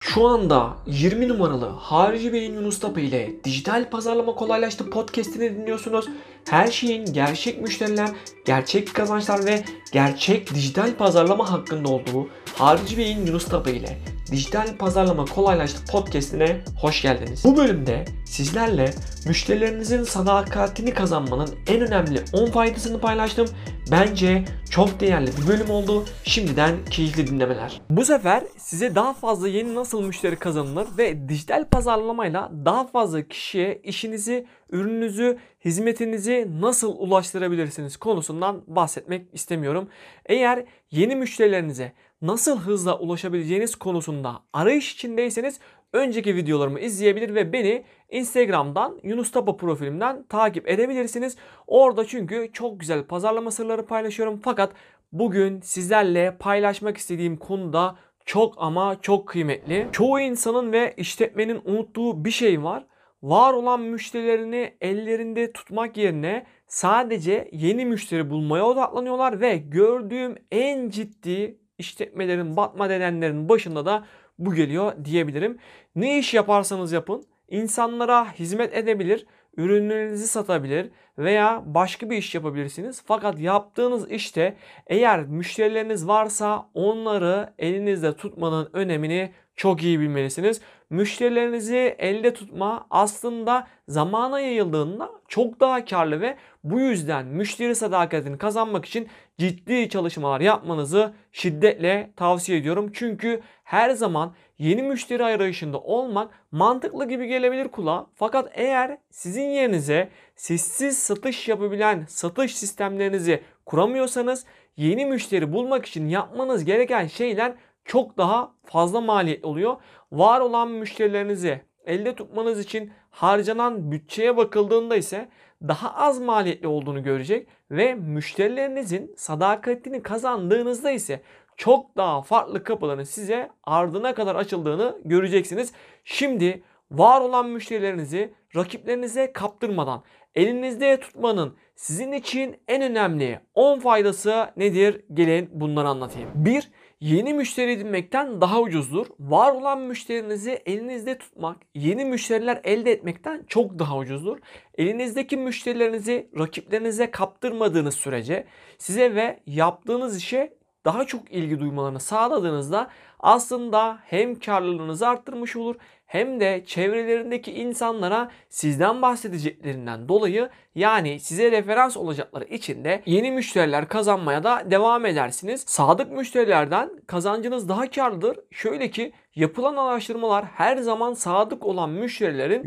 Şu anda 20 numaralı Harici Bey'in Yunus Tapa ile Dijital Pazarlama Kolaylaştı podcast'ini dinliyorsunuz. Her şeyin gerçek müşteriler, gerçek kazançlar ve gerçek dijital pazarlama hakkında olduğu Harici Bey'in Yunus Tapa ile Dijital Pazarlama Kolaylaştı podcast'ine hoş geldiniz. Bu bölümde sizlerle müşterilerinizin sadakatini kazanmanın en önemli 10 faydasını paylaştım. Bence çok değerli bir bölüm oldu. Şimdiden keyifli dinlemeler. Bu sefer size daha fazla yeni nasıl müşteri kazanılır ve dijital pazarlamayla daha fazla kişiye işinizi, ürününüzü, hizmetinizi nasıl ulaştırabilirsiniz konusundan bahsetmek istemiyorum. Eğer yeni müşterilerinize nasıl hızla ulaşabileceğiniz konusunda arayış içindeyseniz önceki videolarımı izleyebilir ve beni Instagram'dan Yunus Tapa profilimden takip edebilirsiniz. Orada çünkü çok güzel pazarlama sırları paylaşıyorum. Fakat bugün sizlerle paylaşmak istediğim konuda çok ama çok kıymetli. Çoğu insanın ve işletmenin unuttuğu bir şey var. Var olan müşterilerini ellerinde tutmak yerine sadece yeni müşteri bulmaya odaklanıyorlar ve gördüğüm en ciddi işletmelerin batma nedenlerinin başında da bu geliyor diyebilirim. Ne iş yaparsanız yapın, insanlara hizmet edebilir, ürünlerinizi satabilir veya başka bir iş yapabilirsiniz. Fakat yaptığınız işte eğer müşterileriniz varsa onları elinizde tutmanın önemini çok iyi bilmelisiniz. Müşterilerinizi elde tutma aslında zamana yayıldığında çok daha karlı ve bu yüzden müşteri sadakatini kazanmak için ciddi çalışmalar yapmanızı şiddetle tavsiye ediyorum. Çünkü her zaman yeni müşteri arayışında olmak mantıklı gibi gelebilir kulağa. Fakat eğer sizin yerinize sessiz satış yapabilen satış sistemlerinizi kuramıyorsanız yeni müşteri bulmak için yapmanız gereken şeyler çok daha fazla maliyetli oluyor. Var olan müşterilerinizi elde tutmanız için harcanan bütçeye bakıldığında ise daha az maliyetli olduğunu görecek ve müşterilerinizin sadakatini kazandığınızda ise çok daha farklı kapıların size ardına kadar açıldığını göreceksiniz. Şimdi var olan müşterilerinizi rakiplerinize kaptırmadan elinizde tutmanın sizin için en önemli 10 faydası nedir? Gelin bunları anlatayım. 1. Yeni müşteri edinmekten daha ucuzdur. Var olan müşterinizi elinizde tutmak, yeni müşteriler elde etmekten çok daha ucuzdur. Elinizdeki müşterilerinizi rakiplerinize kaptırmadığınız sürece size ve yaptığınız işe daha çok ilgi duymalarını sağladığınızda aslında hem karlılığınızı arttırmış olur hem de çevrelerindeki insanlara sizden bahsedeceklerinden dolayı yani size referans olacakları için de yeni müşteriler kazanmaya da devam edersiniz. Sadık müşterilerden kazancınız daha karlıdır. Şöyle ki yapılan araştırmalar her zaman sadık olan müşterilerin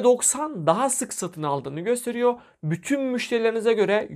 %90 daha sık satın aldığını gösteriyor. Bütün müşterilerinize göre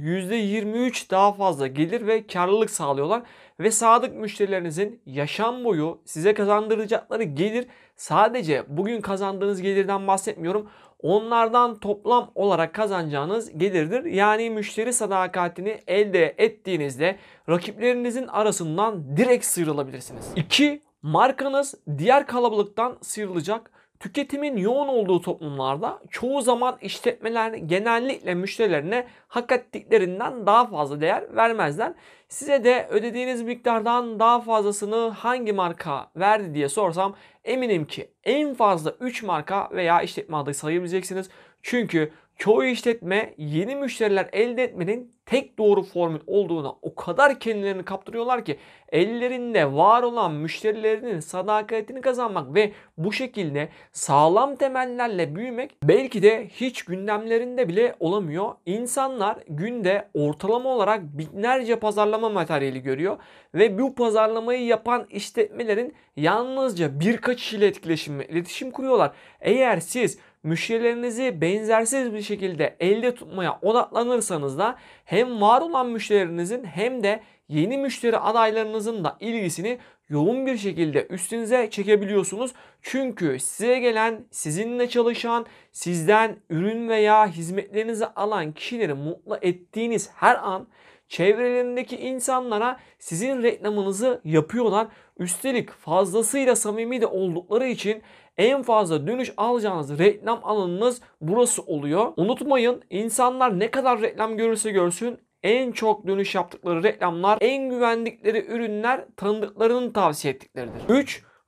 %23 daha fazla gelir ve karlılık sağlıyorlar. Ve sadık müşterilerinizin yaşam boyu size kazandıracakları gelir sadece bugün kazandığınız gelirden bahsetmiyorum. Onlardan toplam olarak kazanacağınız gelirdir. Yani müşteri sadakatini elde ettiğinizde rakiplerinizin arasından direkt sıyrılabilirsiniz. 2. Markanız diğer kalabalıktan sıyrılacak. Tüketimin yoğun olduğu toplumlarda çoğu zaman işletmeler genellikle müşterilerine hak ettiklerinden daha fazla değer vermezler. Size de ödediğiniz miktardan daha fazlasını hangi marka verdi diye sorsam eminim ki en fazla 3 marka veya işletme adı sayabileceksiniz. Çünkü çoğu işletme yeni müşteriler elde etmenin tek doğru formül olduğuna o kadar kendilerini kaptırıyorlar ki ellerinde var olan müşterilerinin sadakatini kazanmak ve bu şekilde sağlam temellerle büyümek belki de hiç gündemlerinde bile olamıyor. İnsanlar günde ortalama olarak binlerce pazarlama materyali görüyor ve bu pazarlamayı yapan işletmelerin yalnızca birkaç kişiyle iletişim kuruyorlar. Eğer siz müşterilerinizi benzersiz bir şekilde elde tutmaya odaklanırsanız da hem var olan müşterilerinizin hem de yeni müşteri adaylarınızın da ilgisini yoğun bir şekilde üstünüze çekebiliyorsunuz. Çünkü size gelen, sizinle çalışan, sizden ürün veya hizmetlerinizi alan kişileri mutlu ettiğiniz her an çevrelerindeki insanlara sizin reklamınızı yapıyorlar. Üstelik fazlasıyla samimi de oldukları için en fazla dönüş alacağınız reklam alanınız burası oluyor. Unutmayın, insanlar ne kadar reklam görürse görsün en çok dönüş yaptıkları reklamlar, en güvendikleri ürünler tanıdıklarının tavsiye ettikleridir. 3.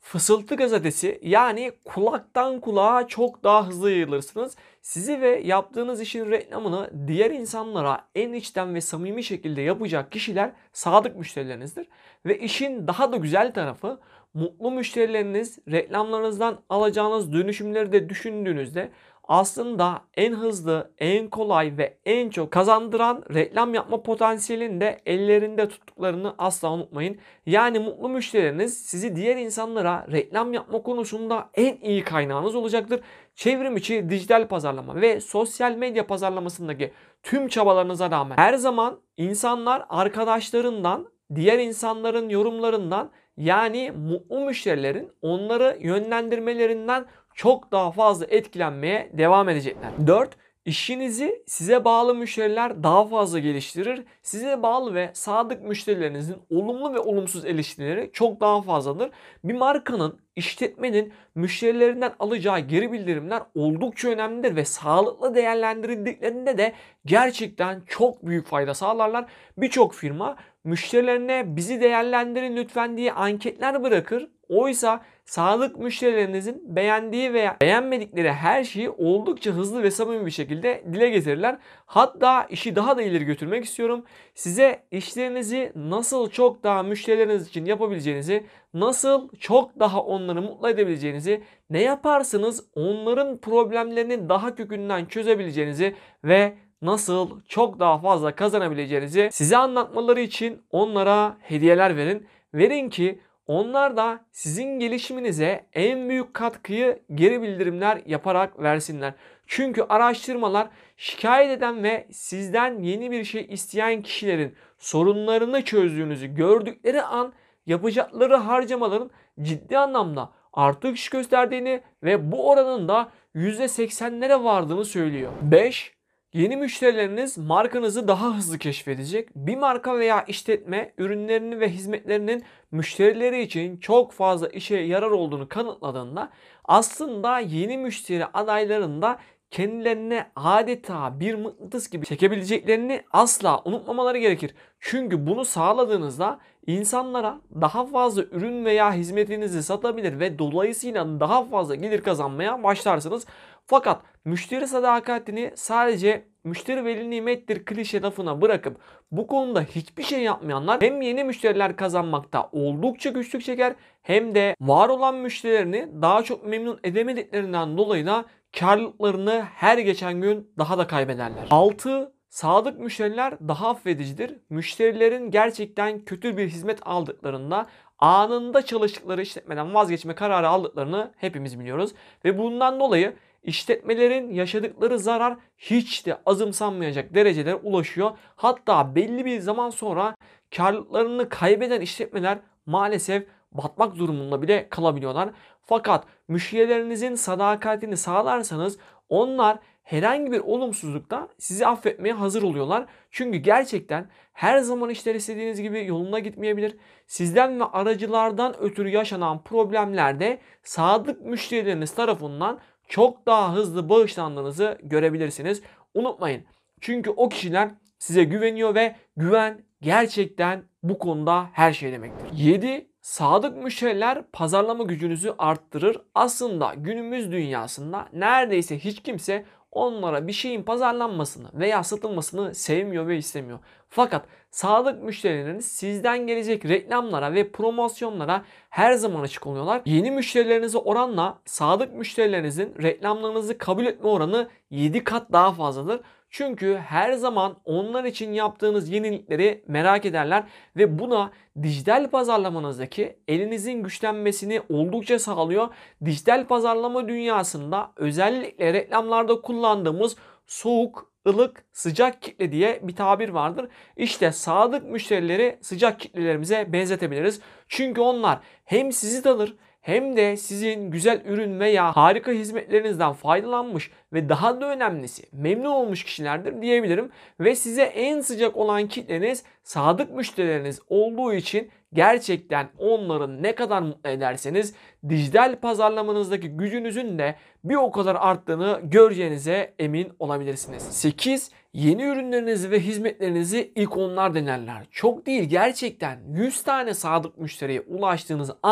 Fısıltı gazetesi, yani kulaktan kulağa çok daha hızlı yayılırsınız. Sizi ve yaptığınız işin reklamını diğer insanlara en içten ve samimi şekilde yapacak kişiler sadık müşterilerinizdir. Ve işin daha da güzel tarafı, mutlu müşterileriniz reklamlarınızdan alacağınız dönüşümleri de düşündüğünüzde aslında en hızlı, en kolay ve en çok kazandıran reklam yapma potansiyelini de ellerinde tuttuklarını asla unutmayın. Yani mutlu müşterileriniz sizi diğer insanlara reklam yapma konusunda en iyi kaynağınız olacaktır. Çevrim içi dijital pazarlama ve sosyal medya pazarlamasındaki tüm çabalarınıza rağmen her zaman insanlar arkadaşlarından, diğer insanların yorumlarından, yani mutlu müşterilerin onları yönlendirmelerinden çok daha fazla etkilenmeye devam edecekler. 4. İşinizi size bağlı müşteriler daha fazla geliştirir. Size bağlı ve sadık müşterilerinizin olumlu ve olumsuz eleştirileri çok daha fazladır. Bir markanın, işletmenin müşterilerinden alacağı geri bildirimler oldukça önemlidir ve sağlıklı değerlendirildiklerinde de gerçekten çok büyük fayda sağlarlar. Birçok firma müşterilerine bizi değerlendirin lütfen diye anketler bırakır. Oysa sadık müşterilerinizin beğendiği veya beğenmedikleri her şeyi oldukça hızlı ve samimi bir şekilde dile getirirler. Hatta işi daha da ileri götürmek istiyorum. Size işlerinizi nasıl çok daha müşterileriniz için yapabileceğinizi, nasıl çok daha onları mutlu edebileceğinizi, ne yaparsınız onların problemlerini daha kökünden çözebileceğinizi ve nasıl çok daha fazla kazanabileceğinizi size anlatmaları için onlara hediyeler verin. Verin ki onlar da sizin gelişiminize en büyük katkıyı geri bildirimler yaparak versinler. Çünkü araştırmalar şikayet eden ve sizden yeni bir şey isteyen kişilerin sorunlarını çözdüğünüzü gördükleri an yapacakları harcamaların ciddi anlamda artış gösterdiğini ve bu oranın da %80'lere vardığını söylüyor. 5. Yeni müşterileriniz markanızı daha hızlı keşfedecek. Bir marka veya işletme ürünlerini ve hizmetlerinin müşterileri için çok fazla işe yarar olduğunu kanıtladığında aslında yeni müşteri adaylarını da kendilerine adeta bir mıknatıs gibi çekebileceklerini asla unutmamaları gerekir. Çünkü bunu sağladığınızda insanlara daha fazla ürün veya hizmetinizi satabilir ve dolayısıyla daha fazla gelir kazanmaya başlarsınız. Fakat müşteri sadakatini sadece müşteri veli nimettir klişe lafına bırakıp bu konuda hiçbir şey yapmayanlar hem yeni müşteriler kazanmakta oldukça güçlük çeker hem de var olan müşterilerini daha çok memnun edemediklerinden dolayı da karlılıklarını her geçen gün daha da kaybederler. 6. Sadık müşteriler daha affedicidir. Müşterilerin gerçekten kötü bir hizmet aldıklarında anında çalıştıkları işletmeden vazgeçme kararı aldıklarını hepimiz biliyoruz. Ve bundan dolayı İşletmelerin yaşadıkları zarar hiç de azımsanmayacak derecelere ulaşıyor. Hatta belli bir zaman sonra karlılıklarını kaybeden işletmeler maalesef batmak durumunda bile kalabiliyorlar. Fakat müşterilerinizin sadakatini sağlarsanız onlar herhangi bir olumsuzlukta sizi affetmeye hazır oluyorlar. Çünkü gerçekten her zaman işler istediğiniz gibi yoluna gitmeyebilir. Sizden ve aracılardan ötürü yaşanan problemlerde sadık müşterileriniz tarafından çok daha hızlı bağışlandığınızı görebilirsiniz. Unutmayın. Çünkü o kişiler size güveniyor ve güven gerçekten bu konuda her şey demektir. 7. Sadık müşteriler pazarlama gücünüzü arttırır. Aslında günümüz dünyasında neredeyse hiç kimse onlara bir şeyin pazarlanmasını veya satılmasını sevmiyor ve istemiyor. Fakat sadık müşterileriniz sizden gelecek reklamlara ve promosyonlara her zaman açık oluyorlar. Yeni müşterilerinize oranla sadık müşterilerinizin reklamlarınızı kabul etme oranı 7 kat daha fazladır. Çünkü her zaman onlar için yaptığınız yenilikleri merak ederler ve buna dijital pazarlamanızdaki elinizin güçlenmesini oldukça sağlıyor. Dijital pazarlama dünyasında özellikle reklamlarda kullandığımız soğuk, ılık, sıcak kitle diye bir tabir vardır. İşte sadık müşterileri sıcak kitlelerimize benzetebiliriz. Çünkü onlar hem sizi tanır hem de sizin güzel ürün veya harika hizmetlerinizden faydalanmış ve daha da önemlisi memnun olmuş kişilerdir diyebilirim. Ve size en sıcak olan kitleniz sadık müşterileriniz olduğu için gerçekten onları ne kadar mutlu ederseniz dijital pazarlamanızdaki gücünüzün de bir o kadar arttığını göreceğinize emin olabilirsiniz. 8. Yeni ürünlerinizi ve hizmetlerinizi ilk onlar denerler. Çok değil, gerçekten 100 tane sadık müşteriye ulaştığınız an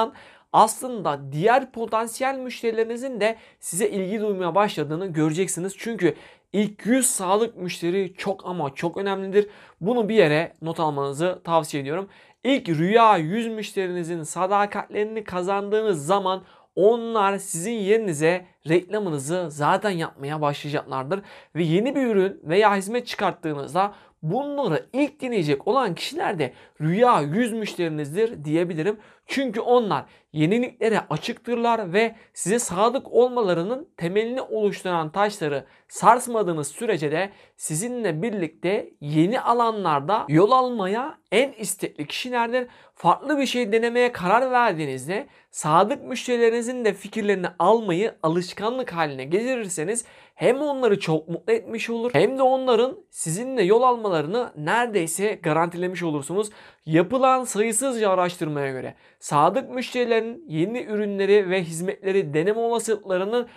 aslında diğer potansiyel müşterilerinizin de size ilgi duymaya başladığını göreceksiniz. Çünkü ilk 100 sadık müşteri çok ama çok önemlidir. Bunu bir yere not almanızı tavsiye ediyorum. İlk rüya 100 müşterinizin sadakatlerini kazandığınız zaman onlar sizin yerinize reklamınızı zaten yapmaya başlayacaklardır. Ve yeni bir ürün veya hizmet çıkarttığınızda bunları ilk deneyecek olan kişiler de rüya 100 müşterinizdir diyebilirim. Çünkü onlar yeniliklere açıktırlar ve size sadık olmalarının temelini oluşturan taşları sarsmadığınız sürece de sizinle birlikte yeni alanlarda yol almaya en istekli kişilerdir. Farklı bir şey denemeye karar verdiğinizde sadık müşterilerinizin de fikirlerini almayı alışkanlık haline getirirseniz hem onları çok mutlu etmiş olur hem de onların sizinle yol almalarını neredeyse garantilemiş olursunuz. Yapılan sayısızca araştırmaya göre sadık müşterilerin yeni ürünleri ve hizmetleri deneme olasılıklarının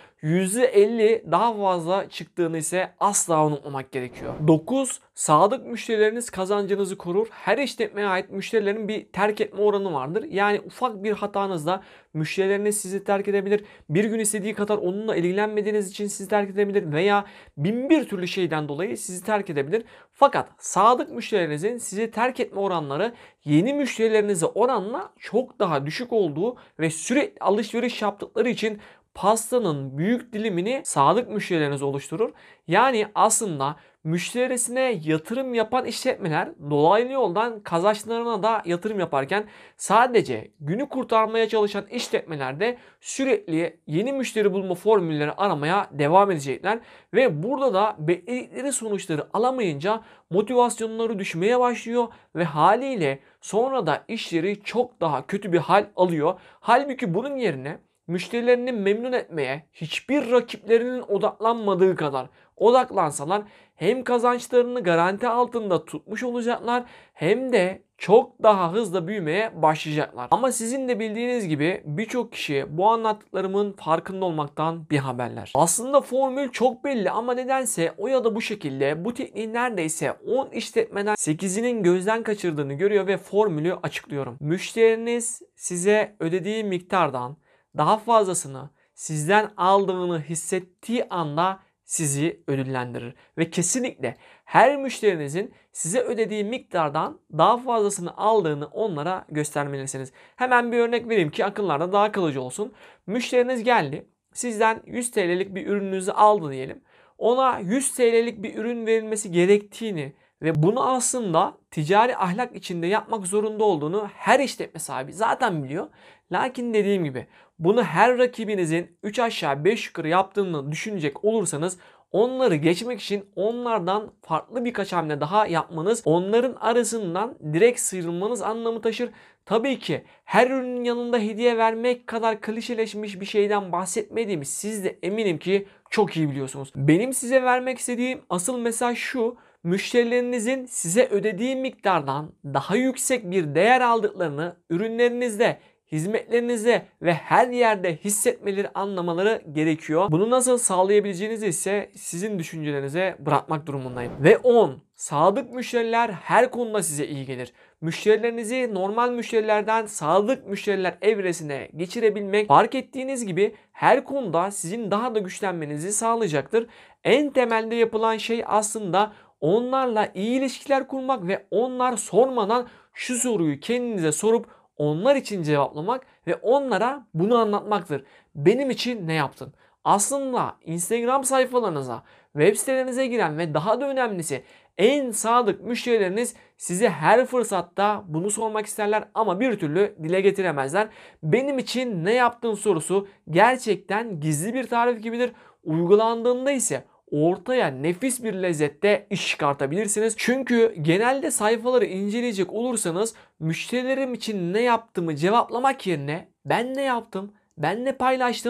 %50 daha fazla çıktığını ise asla unutmamak gerekiyor. 9. Sadık müşterileriniz kazancınızı korur. Her işletmeye ait müşterilerin bir terk etme oranı vardır. Yani ufak bir hatanızda müşterileriniz sizi terk edebilir. Bir gün istediği kadar onunla ilgilenmediğiniz için sizi terk edebilir veya bin bir türlü şeyden dolayı sizi terk edebilir. Fakat sadık müşterilerinizin sizi terk etme oranları yeni müşterilerinize oranla çok daha düşük olduğu ve sürekli alışveriş yaptıkları için pastanın büyük dilimini sadık müşterileriniz oluşturur. Yani aslında müşterisine yatırım yapan işletmeler dolaylı yoldan kazançlarına da yatırım yaparken sadece günü kurtarmaya çalışan işletmeler de sürekli yeni müşteri bulma formülleri aramaya devam edecekler. Ve burada da bekledikleri sonuçları alamayınca motivasyonları düşmeye başlıyor ve haliyle sonra da işleri çok daha kötü bir hal alıyor. Halbuki bunun yerine müşterilerini memnun etmeye hiçbir rakiplerinin odaklanmadığı kadar odaklansalar hem kazançlarını garanti altında tutmuş olacaklar hem de çok daha hızlı büyümeye başlayacaklar. Ama sizin de bildiğiniz gibi birçok kişi bu anlattıklarımın farkında olmaktan bir haberler. Aslında formül çok belli ama nedense o ya da bu şekilde bu tekniğin neredeyse 10 işletmeden 8'inin gözden kaçırdığını görüyor ve formülü açıklıyorum. Müşteriniz size ödediği miktardan daha fazlasını sizden aldığını hissettiği anda sizi ödüllendirir. Ve kesinlikle her müşterinizin size ödediği miktardan daha fazlasını aldığını onlara göstermelisiniz. Hemen bir örnek vereyim ki akıllarda daha kalıcı olsun. Müşteriniz geldi, sizden 100 TL'lik bir ürününüzü aldı diyelim. Ona 100 TL'lik bir ürün verilmesi gerektiğini ve bunu aslında ticari ahlak içinde yapmak zorunda olduğunu her işletme sahibi zaten biliyor. Lakin dediğim gibi bunu her rakibinizin 3 aşağı 5 yukarı yaptığını düşünecek olursanız onları geçmek için onlardan farklı birkaç hamle daha yapmanız, onların arasından direkt sıyrılmanız anlamı taşır. Tabii ki her ürünün yanında hediye vermek kadar klişeleşmiş bir şeyden bahsetmediğimi siz de eminim ki çok iyi biliyorsunuz. Benim size vermek istediğim asıl mesaj şu: müşterilerinizin size ödediği miktardan daha yüksek bir değer aldıklarını ürünlerinizde, hizmetlerinizde ve her yerde hissetmeleri, anlamaları gerekiyor. Bunu nasıl sağlayabileceğinizi ise sizin düşüncelerinize bırakmak durumundayım. Ve 10. Sadık müşteriler her konuda size iyi gelir. Müşterilerinizi normal müşterilerden sadık müşteriler evresine geçirebilmek, fark ettiğiniz gibi her konuda sizin daha da güçlenmenizi sağlayacaktır. En temelde yapılan şey aslında onlarla iyi ilişkiler kurmak ve onlar sormadan şu soruyu kendinize sorup onlar için cevaplamak ve onlara bunu anlatmaktır. Benim için ne yaptın? Aslında Instagram sayfalarınıza, web sitelerinize giren ve daha da önemlisi en sadık müşterileriniz size her fırsatta bunu sormak isterler ama bir türlü dile getiremezler. Benim için ne yaptın sorusu gerçekten gizli bir tarif gibidir. Uygulandığında ise ortaya nefis bir lezzette iş çıkartabilirsiniz. Çünkü genelde sayfaları inceleyecek olursanız müşterilerim için ne yaptığımı cevaplamak yerine ben ne yaptım, ben ne paylaştım,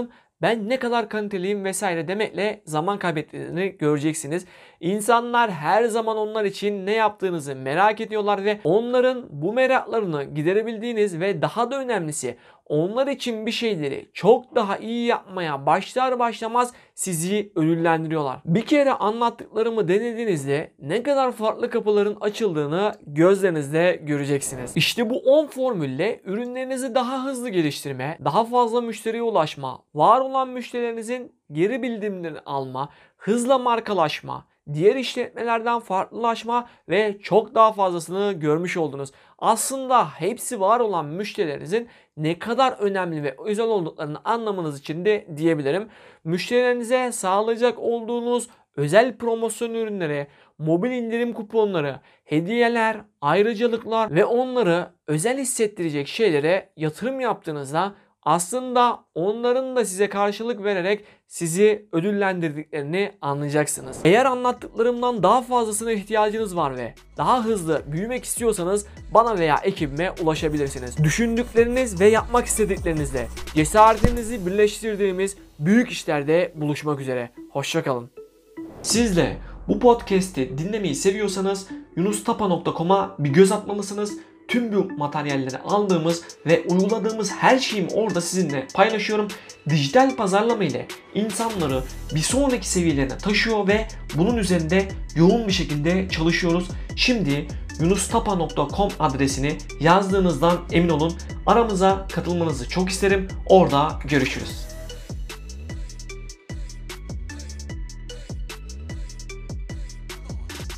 ben ne kadar kaliteliyim vesaire demekle zaman kaybettiklerini göreceksiniz. İnsanlar her zaman onlar için ne yaptığınızı merak ediyorlar ve onların bu meraklarını giderebildiğiniz ve daha da önemlisi onlar için bir şeyleri çok daha iyi yapmaya başlar başlamaz sizi ödüllendiriyorlar. Bir kere anlattıklarımı denediğinizde ne kadar farklı kapıların açıldığını gözlerinizde göreceksiniz. İşte bu 10 formülle ürünlerinizi daha hızlı geliştirme, daha fazla müşteriye ulaşma, var olan müşterilerinizin geri bildirimlerini alma, hızla markalaşma, diğer işletmelerden farklılaşma ve çok daha fazlasını görmüş oldunuz. Aslında hepsi var olan müşterilerinizin ne kadar önemli ve özel olduklarını anlamanız için de diyebilirim. Müşterilerinize sağlayacak olduğunuz özel promosyon ürünleri, mobil indirim kuponları, hediyeler, ayrıcalıklar ve onları özel hissettirecek şeylere yatırım yaptığınızda aslında onların da size karşılık vererek sizi ödüllendirdiklerini anlayacaksınız. Eğer anlattıklarımdan daha fazlasına ihtiyacınız var ve daha hızlı büyümek istiyorsanız bana veya ekibime ulaşabilirsiniz. Düşündükleriniz ve yapmak istediklerinizle cesaretinizi birleştirdiğimiz büyük işlerde buluşmak üzere. Hoşça kalın. Siz de bu podcast'i dinlemeyi seviyorsanız yunustapa.com'a bir göz atmalısınız. Tüm bu materyalleri aldığımız ve uyguladığımız her şeyimi orada sizinle paylaşıyorum. Dijital pazarlama ile insanları bir sonraki seviyelerine taşıyor ve bunun üzerinde yoğun bir şekilde çalışıyoruz. Şimdi yunustapa.com adresini yazdığınızdan emin olun. Aramıza katılmanızı çok isterim. Orada görüşürüz.